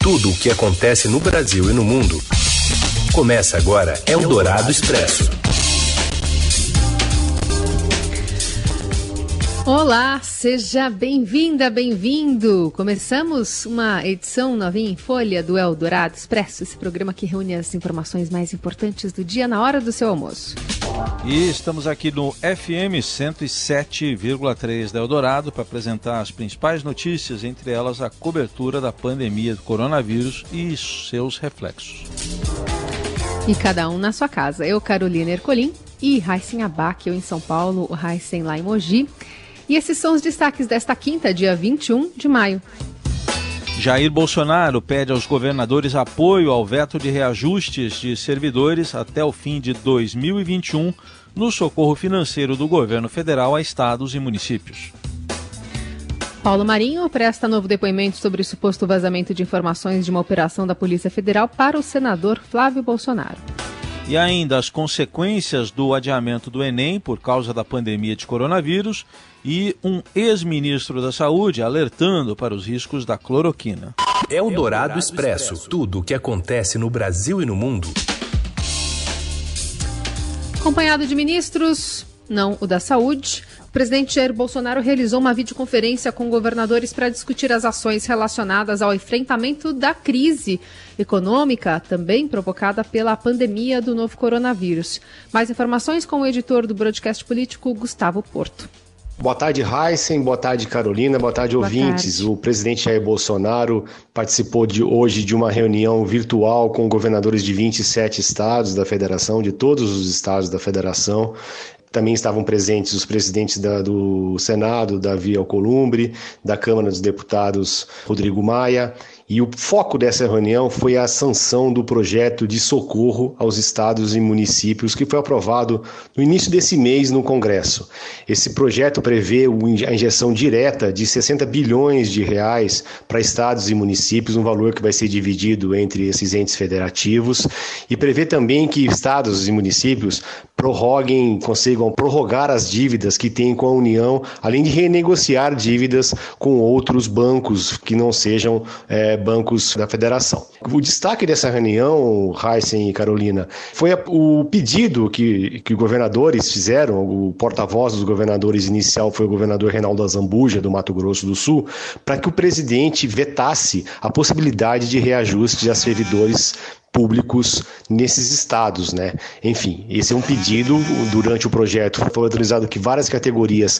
Tudo o que acontece no Brasil e no mundo. Começa agora Eldorado Expresso. Olá, seja bem-vinda, bem-vindo! Começamos uma edição novinha em folha do Eldorado Expresso, esse programa que reúne as informações mais importantes do dia na hora do seu almoço. E estamos aqui no FM 107,3 da Eldorado para apresentar as principais notícias, entre elas a cobertura da pandemia do coronavírus e seus reflexos. E cada um na sua casa. Eu, Carolina Ercolim, e Raíssen Abac, eu em São Paulo, o Raíssen lá em Mogi. E esses são os destaques desta quinta, dia 21 de maio. Jair Bolsonaro pede aos governadores apoio ao veto de reajustes de servidores até o fim de 2021 no socorro financeiro do governo federal a estados e municípios. Paulo Marinho presta novo depoimento sobre o suposto vazamento de informações de uma operação da Polícia Federal para o senador Flávio Bolsonaro. E ainda as consequências do adiamento do Enem por causa da pandemia de coronavírus e um ex-ministro da Saúde alertando para os riscos da cloroquina. Eldorado Expresso. Tudo o que acontece no Brasil e no mundo. Acompanhado de ministros, não o da Saúde, o presidente Jair Bolsonaro realizou uma videoconferência com governadores para discutir as ações relacionadas ao enfrentamento da crise econômica, também provocada pela pandemia do novo coronavírus. Mais informações com o editor do Broadcast Político, Gustavo Porto. Boa tarde, Raíssen. Boa tarde, Carolina. Boa tarde, ouvintes. O presidente Jair Bolsonaro participou hoje de uma reunião virtual com governadores de 27 estados da federação, de todos os estados da federação. Também estavam presentes os presidentes do Senado, Davi Alcolumbre, da Câmara dos Deputados, Rodrigo Maia. E o foco dessa reunião foi a sanção do projeto de socorro aos estados e municípios, que foi aprovado no início desse mês no Congresso. Esse projeto prevê a injeção direta de 60 bilhões de reais para estados e municípios, um valor que vai ser dividido entre esses entes federativos, e prevê também que estados e municípios consigam prorrogar as dívidas que têm com a União, além de renegociar dívidas com outros bancos que não sejam bancos da federação. O destaque dessa reunião, Raíssen e Carolina, foi o pedido que governadores fizeram. O porta-voz dos governadores inicial foi o governador Reinaldo Azambuja, do Mato Grosso do Sul, para que o presidente vetasse a possibilidade de reajuste a servidores públicos nesses estados, né? Enfim, esse é um pedido. Durante o projeto foi autorizado que várias categorias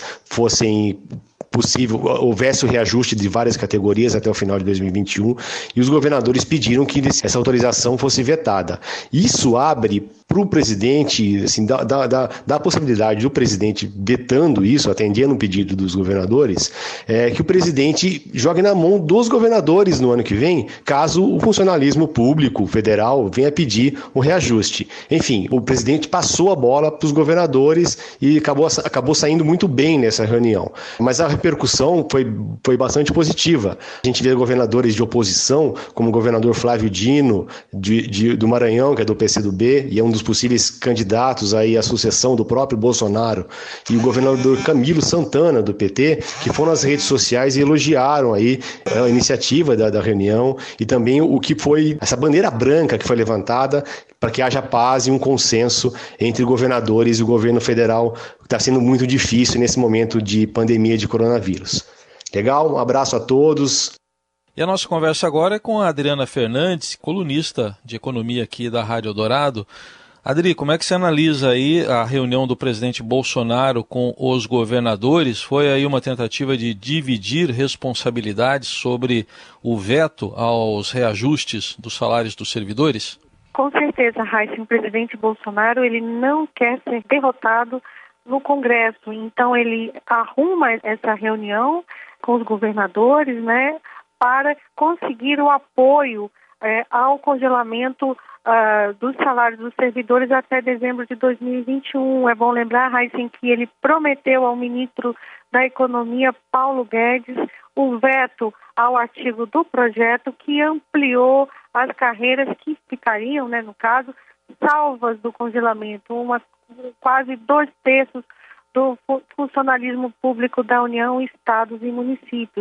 houvesse o reajuste de várias categorias até o final de 2021, e os governadores pediram que essa autorização fosse vetada. Isso abre para o presidente, assim, dá a possibilidade do presidente, vetando isso, atendendo o pedido dos governadores, que o presidente jogue na mão dos governadores no ano que vem, caso o funcionalismo público federal venha pedir um reajuste. Enfim, o presidente passou a bola para os governadores e acabou saindo muito bem nessa reunião. Mas a repercussão foi bastante positiva. A gente vê governadores de oposição, como o governador Flávio Dino, do Maranhão, que é do PCdoB, e é um dos possíveis candidatos aí à sucessão do próprio Bolsonaro, e o governador Camilo Santana, do PT, que foram nas redes sociais e elogiaram aí a iniciativa da reunião, e também o que foi essa bandeira branca que foi levantada para que haja paz e um consenso entre governadores e o governo federal, que está sendo muito difícil nesse momento de pandemia de coronavírus. Legal? Um abraço a todos. E a nossa conversa agora é com a Adriana Fernandes, colunista de economia aqui da Rádio Eldorado. Adri, como é que você analisa aí a reunião do presidente Bolsonaro com os governadores? Foi aí uma tentativa de dividir responsabilidades sobre o veto aos reajustes dos salários dos servidores? Com certeza, Raíssen, o presidente Bolsonaro ele não quer ser derrotado no Congresso, então ele arruma essa reunião com os governadores, né, para conseguir o apoio ao congelamento dos salários dos servidores até dezembro de 2021. É bom lembrar, Raíssen, que ele prometeu ao ministro da Economia, Paulo Guedes, o veto ao artigo do projeto que ampliou as carreiras que ficariam, né, no caso, salvas do congelamento, quase 2/3 do funcionalismo público da União, estados e municípios.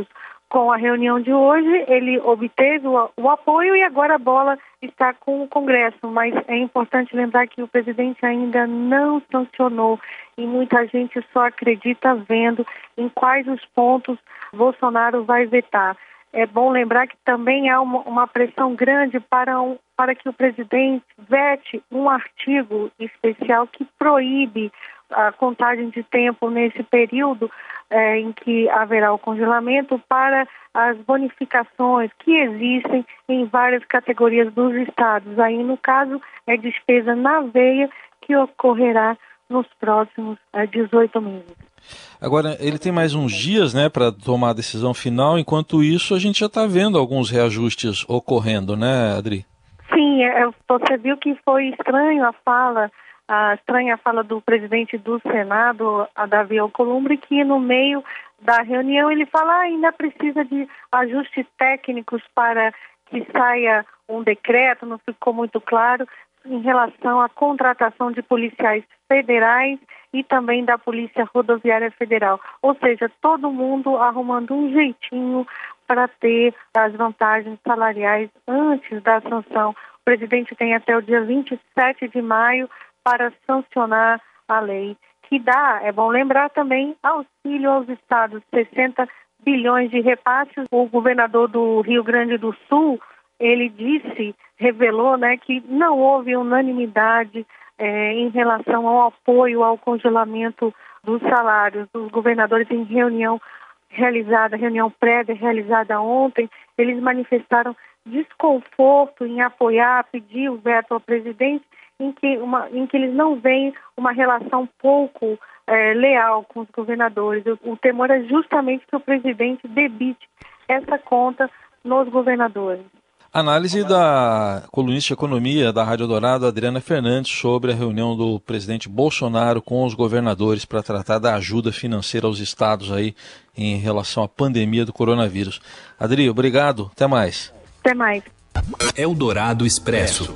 Com a reunião de hoje, ele obteve o apoio e agora a bola está com o Congresso. Mas é importante lembrar que o presidente ainda não sancionou e muita gente só acredita vendo em quais os pontos Bolsonaro vai vetar. É bom lembrar que também há uma pressão grande para que o presidente vete um artigo especial que proíbe a contagem de tempo nesse período em que haverá o congelamento para as bonificações que existem em várias categorias dos estados. Aí, no caso, é despesa na veia que ocorrerá nos próximos 18 meses. Agora, ele tem mais uns dias, né, para tomar a decisão final. Enquanto isso, a gente já está vendo alguns reajustes ocorrendo, né, Adri? Sim, você viu que foi estranha a fala do presidente do Senado, a Davi Alcolumbre, que no meio da reunião ele fala ainda precisa de ajustes técnicos para que saia um decreto, não ficou muito claro, em relação à contratação de policiais federais e também da Polícia Rodoviária Federal. Ou seja, todo mundo arrumando um jeitinho para ter as vantagens salariais antes da sanção. O presidente tem até o dia 27 de maio para sancionar a lei, que dá, é bom lembrar também, auxílio aos estados, 60 bilhões de repasses. O governador do Rio Grande do Sul, ele revelou, né, que não houve unanimidade em relação ao apoio ao congelamento dos salários. Os governadores, em reunião prévia realizada ontem, eles manifestaram desconforto em apoiar, pedir o veto ao presidente, em que eles não veem uma relação pouco leal com os governadores. O temor é justamente que o presidente debite essa conta nos governadores. Análise da colunista de economia da Rádio Dourado, Adriana Fernandes, sobre a reunião do presidente Bolsonaro com os governadores para tratar da ajuda financeira aos estados aí em relação à pandemia do coronavírus. Adri, obrigado. Até mais. Até mais. Eldorado Expresso.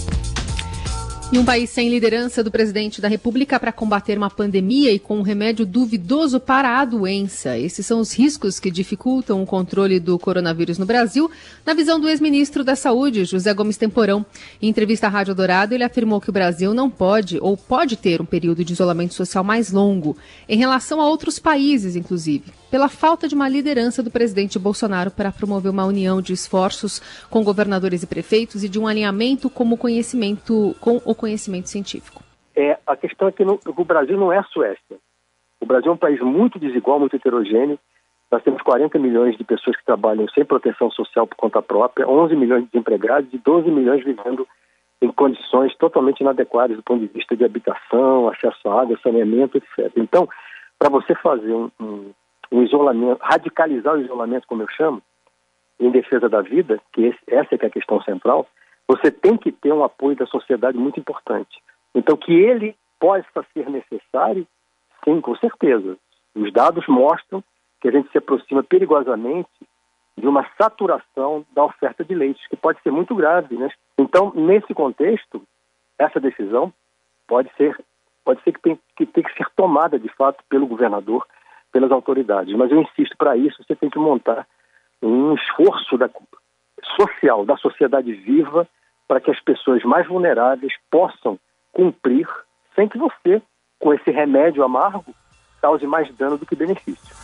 Em um país sem liderança do presidente da República para combater uma pandemia e com um remédio duvidoso para a doença. Esses são os riscos que dificultam o controle do coronavírus no Brasil, na visão do ex-ministro da Saúde, José Gomes Temporão. Em entrevista à Rádio Dourado, ele afirmou que o Brasil não pode ou pode ter um período de isolamento social mais longo, em relação a outros países, inclusive, pela falta de uma liderança do presidente Bolsonaro para promover uma união de esforços com governadores e prefeitos e de um alinhamento com o conhecimento científico. A questão é que o Brasil não é a Suécia. O Brasil é um país muito desigual, muito heterogêneo. Nós temos 40 milhões de pessoas que trabalham sem proteção social por conta própria, 11 milhões de desempregados e 12 milhões vivendo em condições totalmente inadequadas do ponto de vista de habitação, acesso à água, saneamento, etc. Então, para você fazer um isolamento, radicalizar o isolamento, como eu chamo, em defesa da vida, que essa é que é a questão central, você tem que ter um apoio da sociedade muito importante. Então, que ele possa ser necessário, sim, com certeza. Os dados mostram que a gente se aproxima perigosamente de uma saturação da oferta de leites, que pode ser muito grave, né? Então, nesse contexto, essa decisão pode ser que tem que ser tomada, de fato, pelo governador, pelas autoridades. Mas eu insisto, para isso você tem que montar um esforço social, da sociedade viva, para que as pessoas mais vulneráveis possam cumprir, sem que você, com esse remédio amargo, cause mais dano do que benefício.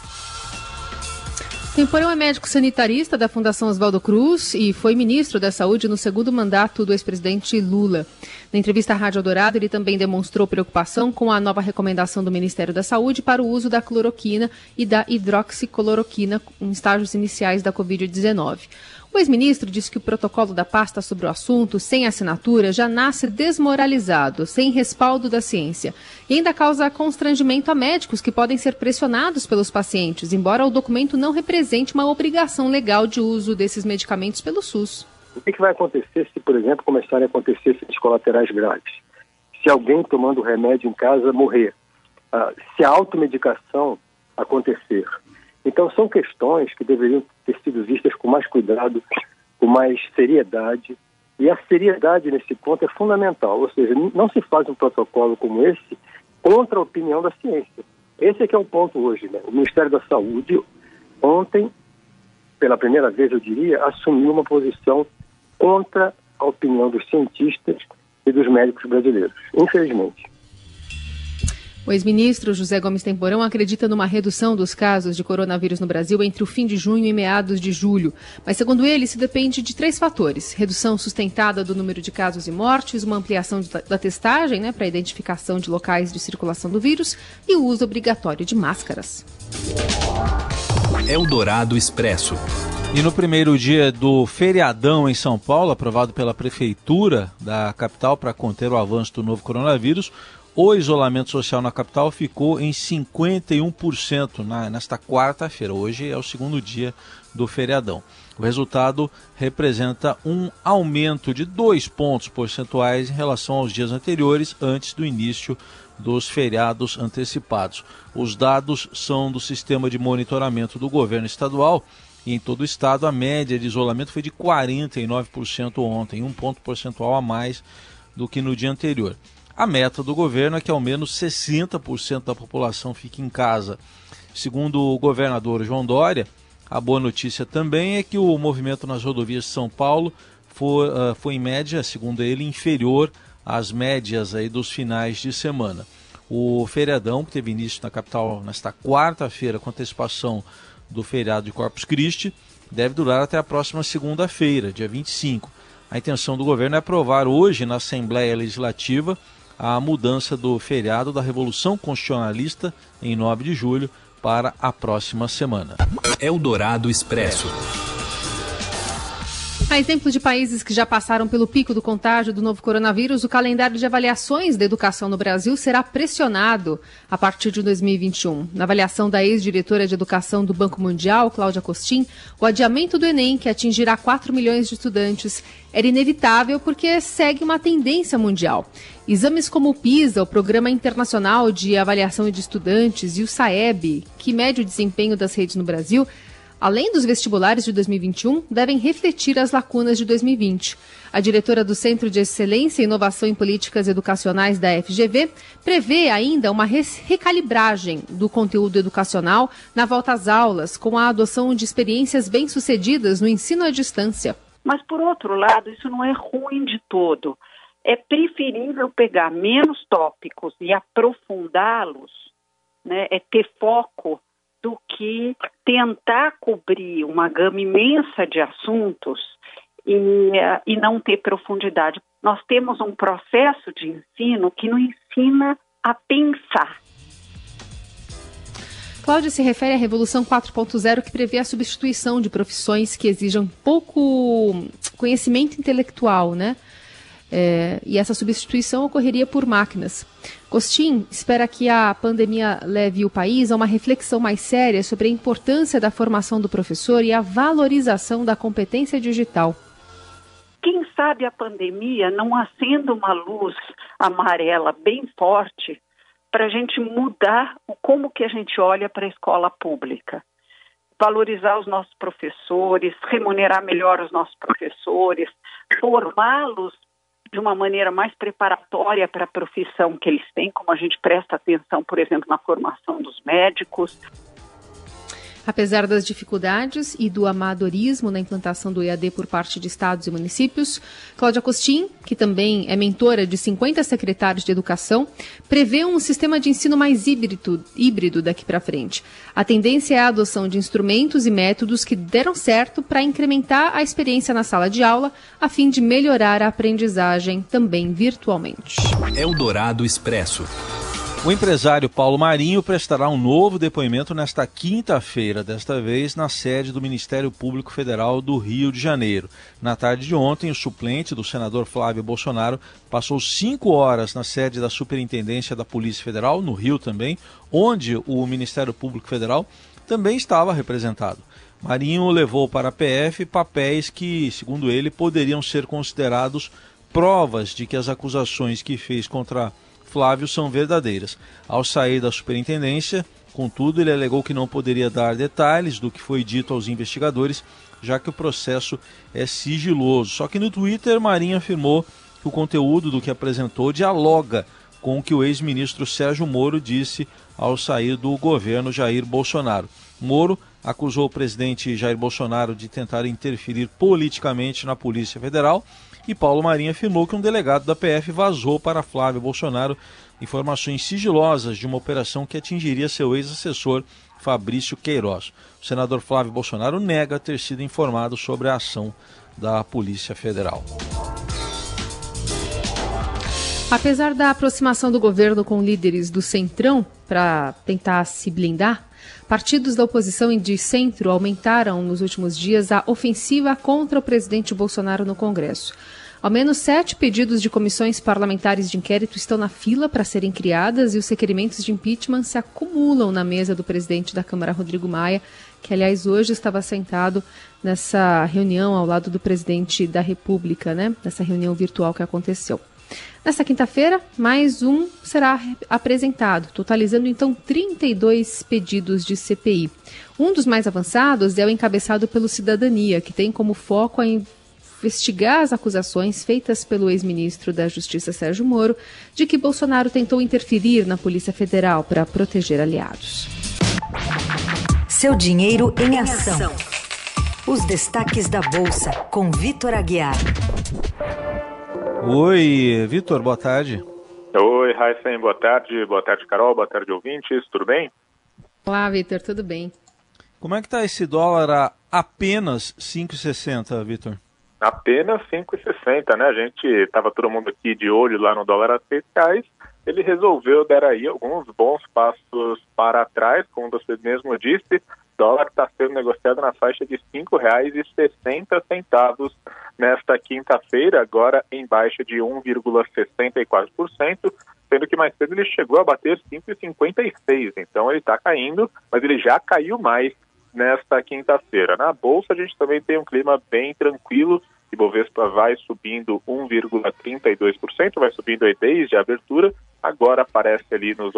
Temporão é médico sanitarista da Fundação Oswaldo Cruz e foi ministro da Saúde no segundo mandato do ex-presidente Lula. Na entrevista à Rádio Dourado, ele também demonstrou preocupação com a nova recomendação do Ministério da Saúde para o uso da cloroquina e da hidroxicloroquina em estágios iniciais da Covid-19. O ex-ministro disse que o protocolo da pasta sobre o assunto, sem assinatura, já nasce desmoralizado, sem respaldo da ciência. E ainda causa constrangimento a médicos que podem ser pressionados pelos pacientes, embora o documento não represente uma obrigação legal de uso desses medicamentos pelo SUS. O que vai acontecer se, por exemplo, começarem a acontecer efeitos colaterais graves? Se alguém tomando remédio em casa morrer? Se a automedicação acontecer? Então, são questões que deveriam ter sido vistas com mais cuidado, com mais seriedade. E a seriedade nesse ponto é fundamental. Ou seja, não se faz um protocolo como esse contra a opinião da ciência. Esse é que é o ponto hoje, né? O Ministério da Saúde ontem pela primeira vez, eu diria, assumiu uma posição contra a opinião dos cientistas e dos médicos brasileiros, infelizmente. O ex-ministro José Gomes Temporão acredita numa redução dos casos de coronavírus no Brasil entre o fim de junho e meados de julho. Mas, segundo ele, isso depende de 3 fatores. Redução sustentada do número de casos e mortes, uma ampliação da testagem, para a identificação de locais de circulação do vírus e o uso obrigatório de máscaras. Eldorado Expresso. E no primeiro dia do feriadão em São Paulo, aprovado pela Prefeitura da capital para conter o avanço do novo coronavírus, o isolamento social na capital ficou em 51% nesta quarta-feira. Hoje é o segundo dia do feriadão. O resultado representa um aumento de 2 pontos percentuais em relação aos dias anteriores, antes do início dos feriados antecipados. Os dados são do sistema de monitoramento do governo estadual e em todo o estado a média de isolamento foi de 49% ontem, 1 ponto percentual a mais do que no dia anterior. A meta do governo é que ao menos 60% da população fique em casa. Segundo o governador João Dória, a boa notícia também é que o movimento nas rodovias de São Paulo foi em média, segundo ele, inferior às médias aí dos finais de semana. O feriadão, que teve início na capital nesta quarta-feira com antecipação do feriado de Corpus Christi, deve durar até a próxima segunda-feira, dia 25. A intenção do governo é aprovar hoje na Assembleia Legislativa a mudança do feriado da Revolução Constitucionalista em 9 de julho para a próxima semana. Eldorado Expresso. A exemplo de países que já passaram pelo pico do contágio do novo coronavírus, o calendário de avaliações da educação no Brasil será pressionado a partir de 2021. Na avaliação da ex-diretora de Educação do Banco Mundial, Cláudia Costin, o adiamento do Enem, que atingirá 4 milhões de estudantes, era inevitável porque segue uma tendência mundial. Exames como o PISA, o Programa Internacional de Avaliação de Estudantes, e o SAEB, que mede o desempenho das redes no Brasil, além dos vestibulares de 2021, devem refletir as lacunas de 2020. A diretora do Centro de Excelência e Inovação em Políticas Educacionais da FGV prevê ainda uma recalibragem do conteúdo educacional na volta às aulas, com a adoção de experiências bem-sucedidas no ensino à distância. Mas, por outro lado, isso não é ruim de todo. É preferível pegar menos tópicos e aprofundá-los, é ter foco, do que tentar cobrir uma gama imensa de assuntos e não ter profundidade. Nós temos um processo de ensino que nos ensina a pensar. Cláudia se refere à Revolução 4.0, que prevê a substituição de profissões que exijam pouco conhecimento intelectual, e essa substituição ocorreria por máquinas. Costin espera que a pandemia leve o país a uma reflexão mais séria sobre a importância da formação do professor e a valorização da competência digital. Quem sabe a pandemia não acenda uma luz amarela bem forte para a gente mudar como que a gente olha para a escola pública. Valorizar os nossos professores, remunerar melhor os nossos professores, formá-los de uma maneira mais preparatória para a profissão que eles têm, como a gente presta atenção, por exemplo, na formação dos médicos. Apesar das dificuldades e do amadorismo na implantação do EAD por parte de estados e municípios, Cláudia Costin, que também é mentora de 50 secretários de educação, prevê um sistema de ensino mais híbrido daqui para frente. A tendência é a adoção de instrumentos e métodos que deram certo para incrementar a experiência na sala de aula, a fim de melhorar a aprendizagem também virtualmente. Eldorado Expresso. O empresário Paulo Marinho prestará um novo depoimento nesta quinta-feira, desta vez na sede do Ministério Público Federal do Rio de Janeiro. Na tarde de ontem, o suplente do senador Flávio Bolsonaro passou 5 horas na sede da Superintendência da Polícia Federal, no Rio também, onde o Ministério Público Federal também estava representado. Marinho levou para a PF papéis que, segundo ele, poderiam ser considerados provas de que as acusações que fez contra Flávio são verdadeiras. Ao sair da superintendência, contudo, ele alegou que não poderia dar detalhes do que foi dito aos investigadores, já que o processo é sigiloso. Só que no Twitter, Marinho afirmou que o conteúdo do que apresentou dialoga com o que o ex-ministro Sérgio Moro disse ao sair do governo Jair Bolsonaro. Moro acusou o presidente Jair Bolsonaro de tentar interferir politicamente na Polícia Federal. E Paulo Marinho afirmou que um delegado da PF vazou para Flávio Bolsonaro informações sigilosas de uma operação que atingiria seu ex-assessor Fabrício Queiroz. O senador Flávio Bolsonaro nega ter sido informado sobre a ação da Polícia Federal. Apesar da aproximação do governo com líderes do Centrão para tentar se blindar, partidos da oposição e de centro aumentaram nos últimos dias a ofensiva contra o presidente Bolsonaro no Congresso. Ao menos 7 pedidos de comissões parlamentares de inquérito estão na fila para serem criadas e os requerimentos de impeachment se acumulam na mesa do presidente da Câmara, Rodrigo Maia, que, aliás, hoje estava sentado nessa reunião ao lado do presidente da República, nessa reunião virtual que aconteceu. Nesta quinta-feira, mais um será apresentado, totalizando então 32 pedidos de CPI. Um dos mais avançados é o encabeçado pelo Cidadania, que tem como foco a investigar as acusações feitas pelo ex-ministro da Justiça, Sérgio Moro, de que Bolsonaro tentou interferir na Polícia Federal para proteger aliados. Seu dinheiro em ação. Os destaques da Bolsa, com Vitor Aguiar. Oi, Vitor, boa tarde. Oi, Heisen, boa tarde. Boa tarde, Carol. Boa tarde, ouvintes. Tudo bem? Olá, Vitor, tudo bem. Como é que está esse dólar a apenas 5,60, Vitor? Apenas 5,60, né? A gente estava todo mundo aqui de olho lá no dólar a R$6. Ele resolveu dar aí alguns bons passos para trás, como você mesmo disse. O dólar está sendo negociado na faixa de R$ 5,60 nesta quinta-feira, agora em baixa de 1,64%, sendo que mais cedo ele chegou a bater 5,56. Então ele está caindo, mas ele já caiu mais nesta quinta-feira. Na Bolsa a gente também tem um clima bem tranquilo. Ibovespa vai subindo 1,32%, vai subindo aí desde a abertura, agora aparece ali nos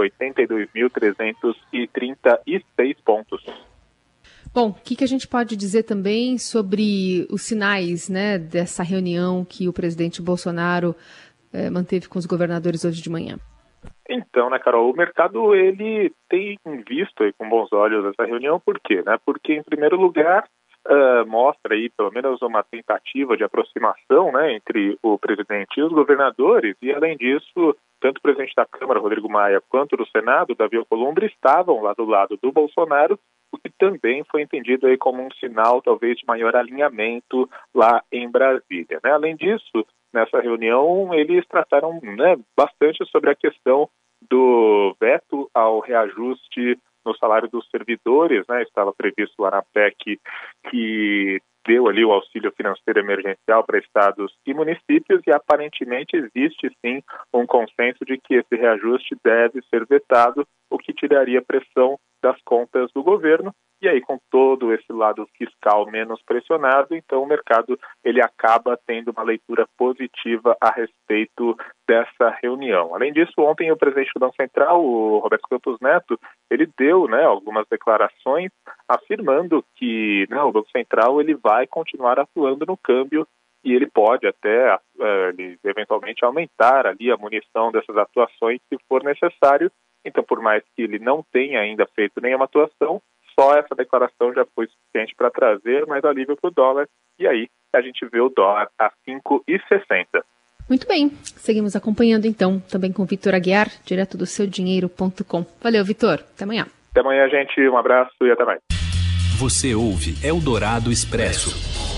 82.336 pontos. Bom, o que a gente pode dizer também sobre os sinais, dessa reunião que o presidente Bolsonaro manteve com os governadores hoje de manhã? Então, Carol, o mercado ele tem visto aí com bons olhos essa reunião, por quê? Porque, em primeiro lugar, mostra aí pelo menos uma tentativa de aproximação entre o presidente e os governadores, e além disso, tanto o presidente da Câmara, Rodrigo Maia, quanto do Senado, Davi Alcolumbre, estavam lá do lado do Bolsonaro, o que também foi entendido aí como um sinal talvez de maior alinhamento lá em Brasília. Além disso, nessa reunião eles trataram bastante sobre a questão do veto ao reajuste no salário dos servidores, estava previsto lá na PEC que deu ali o auxílio financeiro emergencial para estados e municípios, e aparentemente existe sim um consenso de que esse reajuste deve ser vetado, o que tiraria pressão das contas do governo, e aí com todo esse lado fiscal menos pressionado, então o mercado ele acaba tendo uma leitura positiva a respeito dessa reunião. Além disso, ontem o presidente do Banco Central, o Roberto Campos Neto, ele deu algumas declarações afirmando que o Banco Central ele vai continuar atuando no câmbio e ele pode até eventualmente aumentar ali a munição dessas atuações se for necessário. Então, por mais que ele não tenha ainda feito nenhuma atuação, só essa declaração já foi suficiente para trazer mais alívio para o dólar. E aí a gente vê o dólar a 5,60. Muito bem. Seguimos acompanhando então, também com Vitor Aguiar, direto do seudinheiro.com. Valeu, Vitor. Até amanhã. Até amanhã, gente. Um abraço e até mais. Você ouve Eldorado Expresso.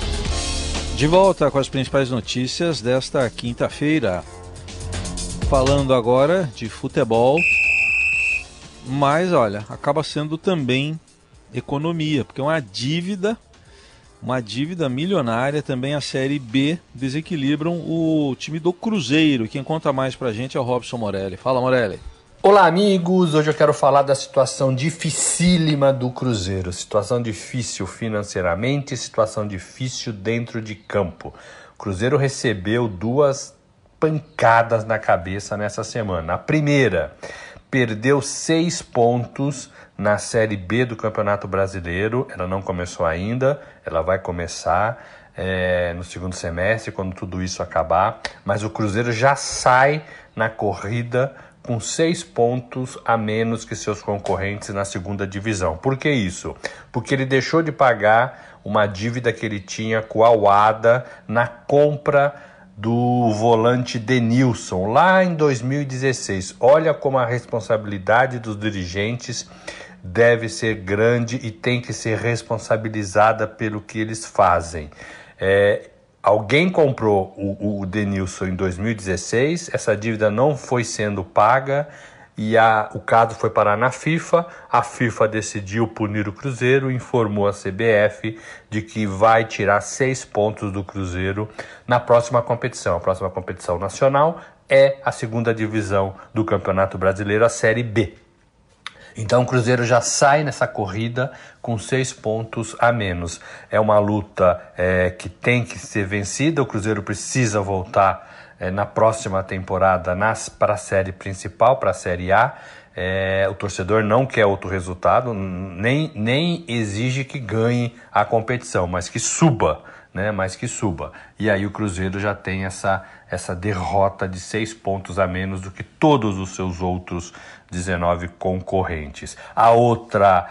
De volta com as principais notícias desta quinta-feira. Falando agora de futebol. Mas, olha, acaba sendo também economia, porque uma dívida milionária, também a Série B, desequilibram o time do Cruzeiro. Quem conta mais pra gente é o Robson Morelli. Fala, Morelli. Olá, amigos. Hoje eu quero falar da situação dificílima do Cruzeiro. Situação difícil financeiramente, situação difícil dentro de campo. O Cruzeiro recebeu 2 pancadas na cabeça nessa semana. A primeira, perdeu 6 pontos na Série B do Campeonato Brasileiro. Ela não começou ainda, ela vai começar no segundo semestre, quando tudo isso acabar. Mas o Cruzeiro já sai na corrida com 6 pontos a menos que seus concorrentes na segunda divisão. Por que isso? Porque ele deixou de pagar uma dívida que ele tinha com a UADA na compra do volante Denilson, lá em 2016. Olha como a responsabilidade dos dirigentes deve ser grande e tem que ser responsabilizada pelo que eles fazem. Alguém comprou o Denilson em 2016, essa dívida não foi sendo paga e o caso foi parar na FIFA. A FIFA decidiu punir o Cruzeiro, informou a CBF de que vai tirar 6 pontos do Cruzeiro na próxima competição. A próxima competição nacional é a segunda divisão do Campeonato Brasileiro, a Série B. Então o Cruzeiro já sai nessa corrida com 6 pontos a menos. É uma luta que tem que ser vencida. O Cruzeiro precisa voltar na próxima temporada para a série principal, para a Série A. O torcedor não quer outro resultado, nem exige que ganhe a competição, mas que suba. E aí o Cruzeiro já tem essa derrota de 6 pontos a menos do que todos os seus outros 19 concorrentes. A outra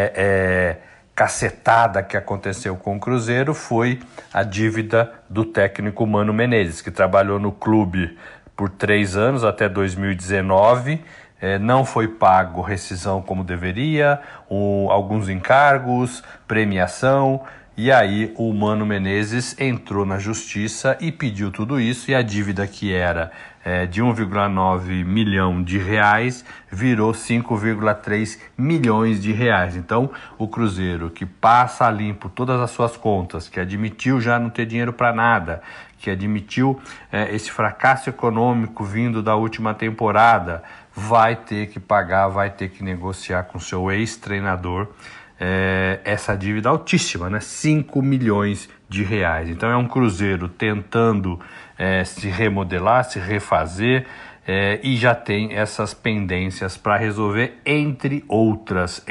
cacetada que aconteceu com o Cruzeiro foi a dívida do técnico Mano Menezes, que trabalhou no clube por 3 anos, até 2019, não foi pago rescisão como deveria, alguns encargos, premiação. E aí o Mano Menezes entrou na justiça e pediu tudo isso, e a dívida que era de 1,9 milhão de reais virou 5,3 milhões de reais. Então o Cruzeiro, que passa a limpo todas as suas contas, que admitiu já não ter dinheiro para nada, que admitiu esse fracasso econômico vindo da última temporada, vai ter que pagar, vai ter que negociar com seu ex-treinador essa dívida altíssima, 5 milhões de reais. Então é um Cruzeiro tentando se remodelar, se refazer, e já tem essas pendências para resolver, entre outras.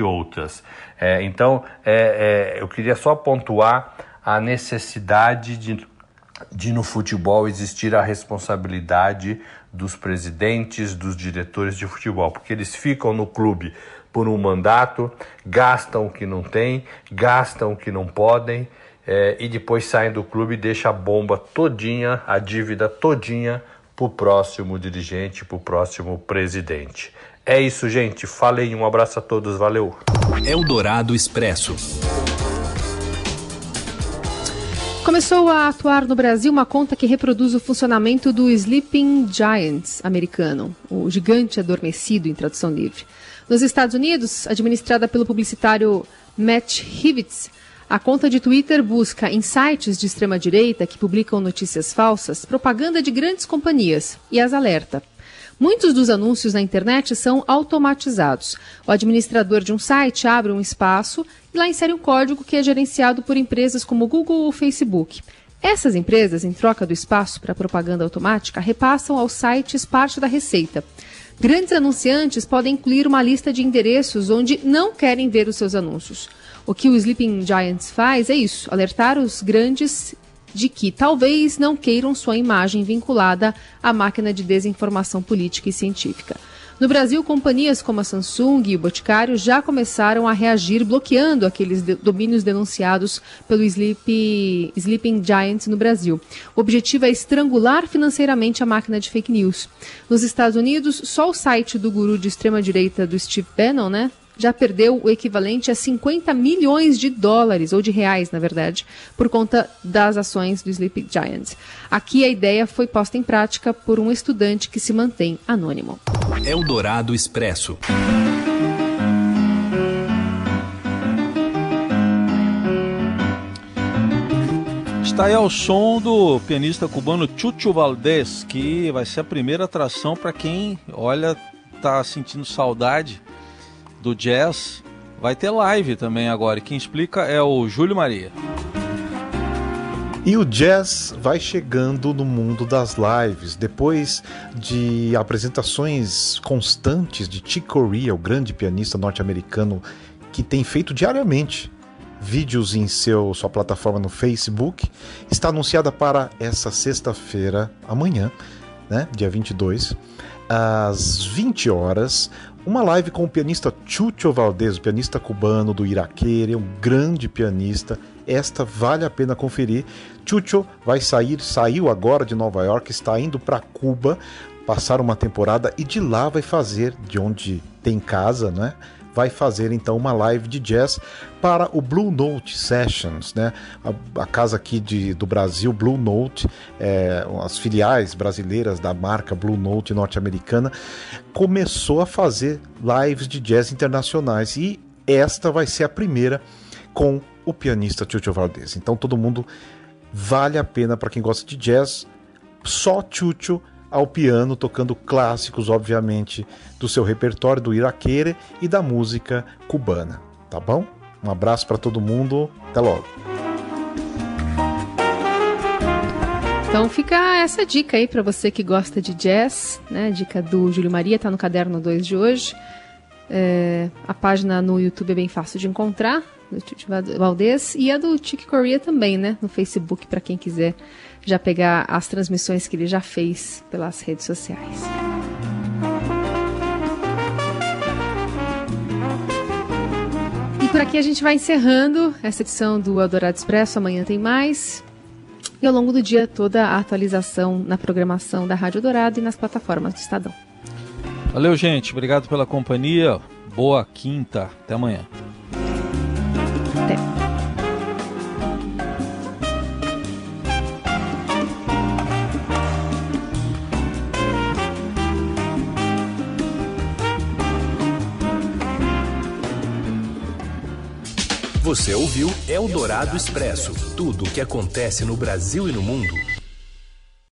Então eu queria só pontuar a necessidade de no futebol existir a responsabilidade dos presidentes, dos diretores de futebol, porque eles ficam no clube por um mandato, gastam o que não tem, gastam o que não podem, e depois saem do clube e deixam a bomba todinha, a dívida todinha para o próximo dirigente, para o próximo presidente. É isso, gente. Falei, um abraço a todos, valeu. Eldorado Expresso. Começou a atuar no Brasil uma conta que reproduz o funcionamento do Sleeping Giants americano, o gigante adormecido em tradução livre. Nos Estados Unidos, administrada pelo publicitário Matt Hivitz, a conta de Twitter busca em sites de extrema-direita que publicam notícias falsas, propaganda de grandes companhias e as alerta. Muitos dos anúncios na internet são automatizados. O administrador de um site abre um espaço e lá insere um código que é gerenciado por empresas como Google ou Facebook. Essas empresas, em troca do espaço para propaganda automática, repassam aos sites parte da receita. Grandes anunciantes podem incluir uma lista de endereços onde não querem ver os seus anúncios. O que o Sleeping Giants faz é isso, alertar os grandes de que talvez não queiram sua imagem vinculada à máquina de desinformação política e científica. No Brasil, companhias como a Samsung e o Boticário já começaram a reagir bloqueando aqueles domínios denunciados pelo Sleeping Giants no Brasil. O objetivo é estrangular financeiramente a máquina de fake news. Nos Estados Unidos, só o site do guru de extrema-direita do Steve Bannon, já perdeu o equivalente a 50 milhões de dólares, ou de reais, na verdade, por conta das ações do Sleeping Giants. Aqui a ideia foi posta em prática por um estudante que se mantém anônimo. Eldorado Expresso. Está aí ao som do pianista cubano Chucho Valdés, que vai ser a primeira atração para quem, está sentindo saudade do jazz. Vai ter live também agora, e quem explica é o Júlio Maria. E o jazz vai chegando no mundo das lives, depois de apresentações constantes de Chick Corea, o grande pianista norte-americano que tem feito diariamente vídeos em sua plataforma no Facebook. Está anunciada para essa sexta-feira, amanhã, dia 22, às 20 horas, uma live com o pianista Chucho Valdés, o pianista cubano do Iraquere, um grande pianista. Esta vale a pena conferir. Chucho saiu agora de Nova York, está indo para Cuba passar uma temporada e de lá vai fazer, de onde tem casa, né? Vai fazer então uma live de jazz para o Blue Note Sessions, né? A casa aqui do Brasil, Blue Note, as filiais brasileiras da marca Blue Note norte-americana, começou a fazer lives de jazz internacionais e esta vai ser a primeira com o pianista Chucho Valdés. Então todo mundo, vale a pena para quem gosta de jazz, só Chucho ao piano, tocando clássicos, obviamente, do seu repertório, do Iraquere e da música cubana. Tá bom? Um abraço para todo mundo. Até logo. Então fica essa dica aí para você que gosta de jazz, né? Dica do Júlio Maria, tá no caderno 2 de hoje. A página no YouTube é bem fácil de encontrar, do Chucho Valdés, e a do Chick Corea também, né? No Facebook, para quem quiser já pegar as transmissões que ele já fez pelas redes sociais. E por aqui a gente vai encerrando essa edição do Eldorado Expresso. Amanhã tem mais. E ao longo do dia toda a atualização na programação da Rádio Eldorado e nas plataformas do Estadão. Valeu, gente. Obrigado pela companhia. Boa quinta. Até amanhã. Até. Você ouviu Eldorado Expresso. Tudo o que acontece no Brasil e no mundo